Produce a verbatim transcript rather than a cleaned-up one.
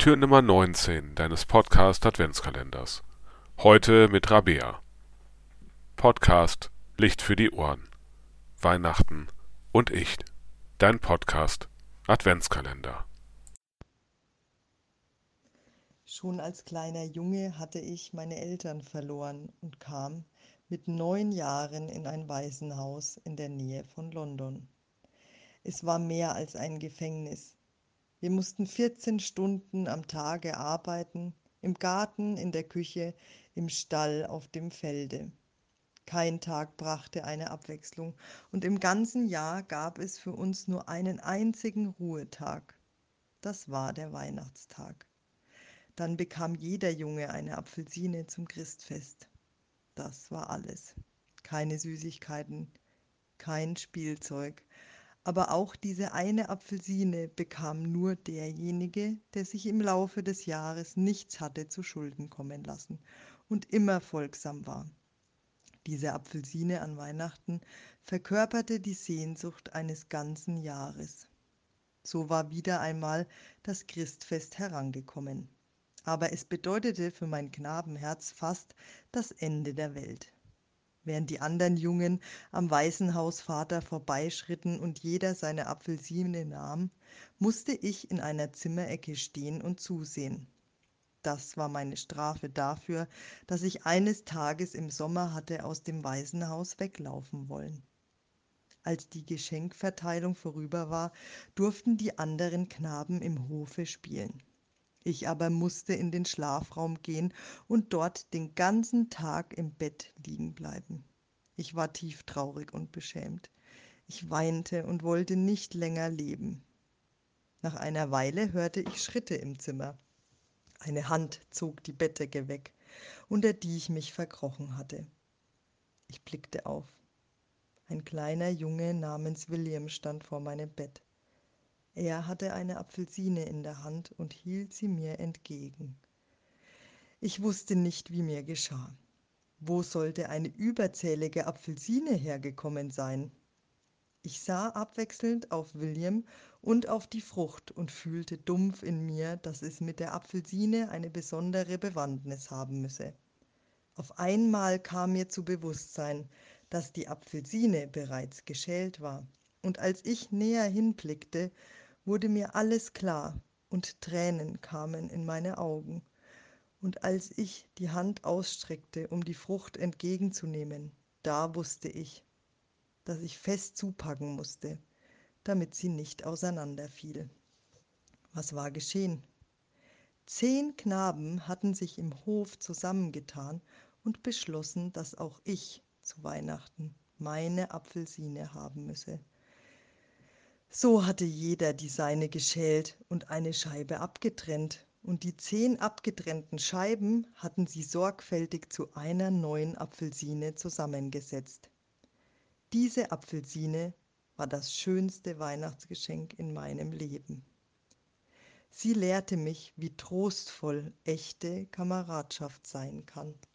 Tür Nummer neunzehn deines Podcast Adventskalenders. Heute mit Rabea. Podcast Licht für die Ohren. Weihnachten und ich. Dein Podcast Adventskalender. Schon als kleiner Junge hatte ich meine Eltern verloren und kam mit neun Jahren in ein Waisenhaus in der Nähe von London. Es war mehr als ein Gefängnis. Wir mussten vierzehn Stunden am Tage arbeiten, im Garten, in der Küche, im Stall, auf dem Felde. Kein Tag brachte eine Abwechslung und im ganzen Jahr gab es für uns nur einen einzigen Ruhetag. Das war der Weihnachtstag. Dann bekam jeder Junge eine Apfelsine zum Christfest. Das war alles. Keine Süßigkeiten, kein Spielzeug. Aber auch diese eine Apfelsine bekam nur derjenige, der sich im Laufe des Jahres nichts hatte zu Schulden kommen lassen und immer folgsam war. Diese Apfelsine an Weihnachten verkörperte die Sehnsucht eines ganzen Jahres. So war wieder einmal das Christfest herangekommen. Aber es bedeutete für mein Knabenherz fast das Ende der Welt. Während die anderen Jungen am Waisenhausvater vorbeischritten und jeder seine Apfelsine nahm, musste ich in einer Zimmerecke stehen und zusehen. Das war meine Strafe dafür, dass ich eines Tages im Sommer hatte aus dem Waisenhaus weglaufen wollen. Als die Geschenkverteilung vorüber war, durften die anderen Knaben im Hofe spielen. Ich aber musste in den Schlafraum gehen und dort den ganzen Tag im Bett liegen bleiben. Ich war tieftraurig und beschämt. Ich weinte und wollte nicht länger leben. Nach einer Weile hörte ich Schritte im Zimmer. Eine Hand zog die Bettdecke weg, unter die ich mich verkrochen hatte. Ich blickte auf. Ein kleiner Junge namens William stand vor meinem Bett. Er hatte eine Apfelsine in der Hand und hielt sie mir entgegen. Ich wusste nicht, wie mir geschah. Wo sollte eine überzählige Apfelsine hergekommen sein? Ich sah abwechselnd auf William und auf die Frucht und fühlte dumpf in mir, dass es mit der Apfelsine eine besondere Bewandtnis haben müsse. Auf einmal kam mir zu Bewusstsein, dass die Apfelsine bereits geschält war. Und als ich näher hinblickte, wurde mir alles klar und Tränen kamen in meine Augen. Und als ich die Hand ausstreckte, um die Frucht entgegenzunehmen, da wusste ich, dass ich fest zupacken musste, damit sie nicht auseinanderfiel. Was war geschehen? Zehn Knaben hatten sich im Hof zusammengetan und beschlossen, dass auch ich zu Weihnachten meine Apfelsine haben müsse. So hatte jeder die seine geschält und eine Scheibe abgetrennt, und die zehn abgetrennten Scheiben hatten sie sorgfältig zu einer neuen Apfelsine zusammengesetzt. Diese Apfelsine war das schönste Weihnachtsgeschenk in meinem Leben. Sie lehrte mich, wie trostvoll echte Kameradschaft sein kann.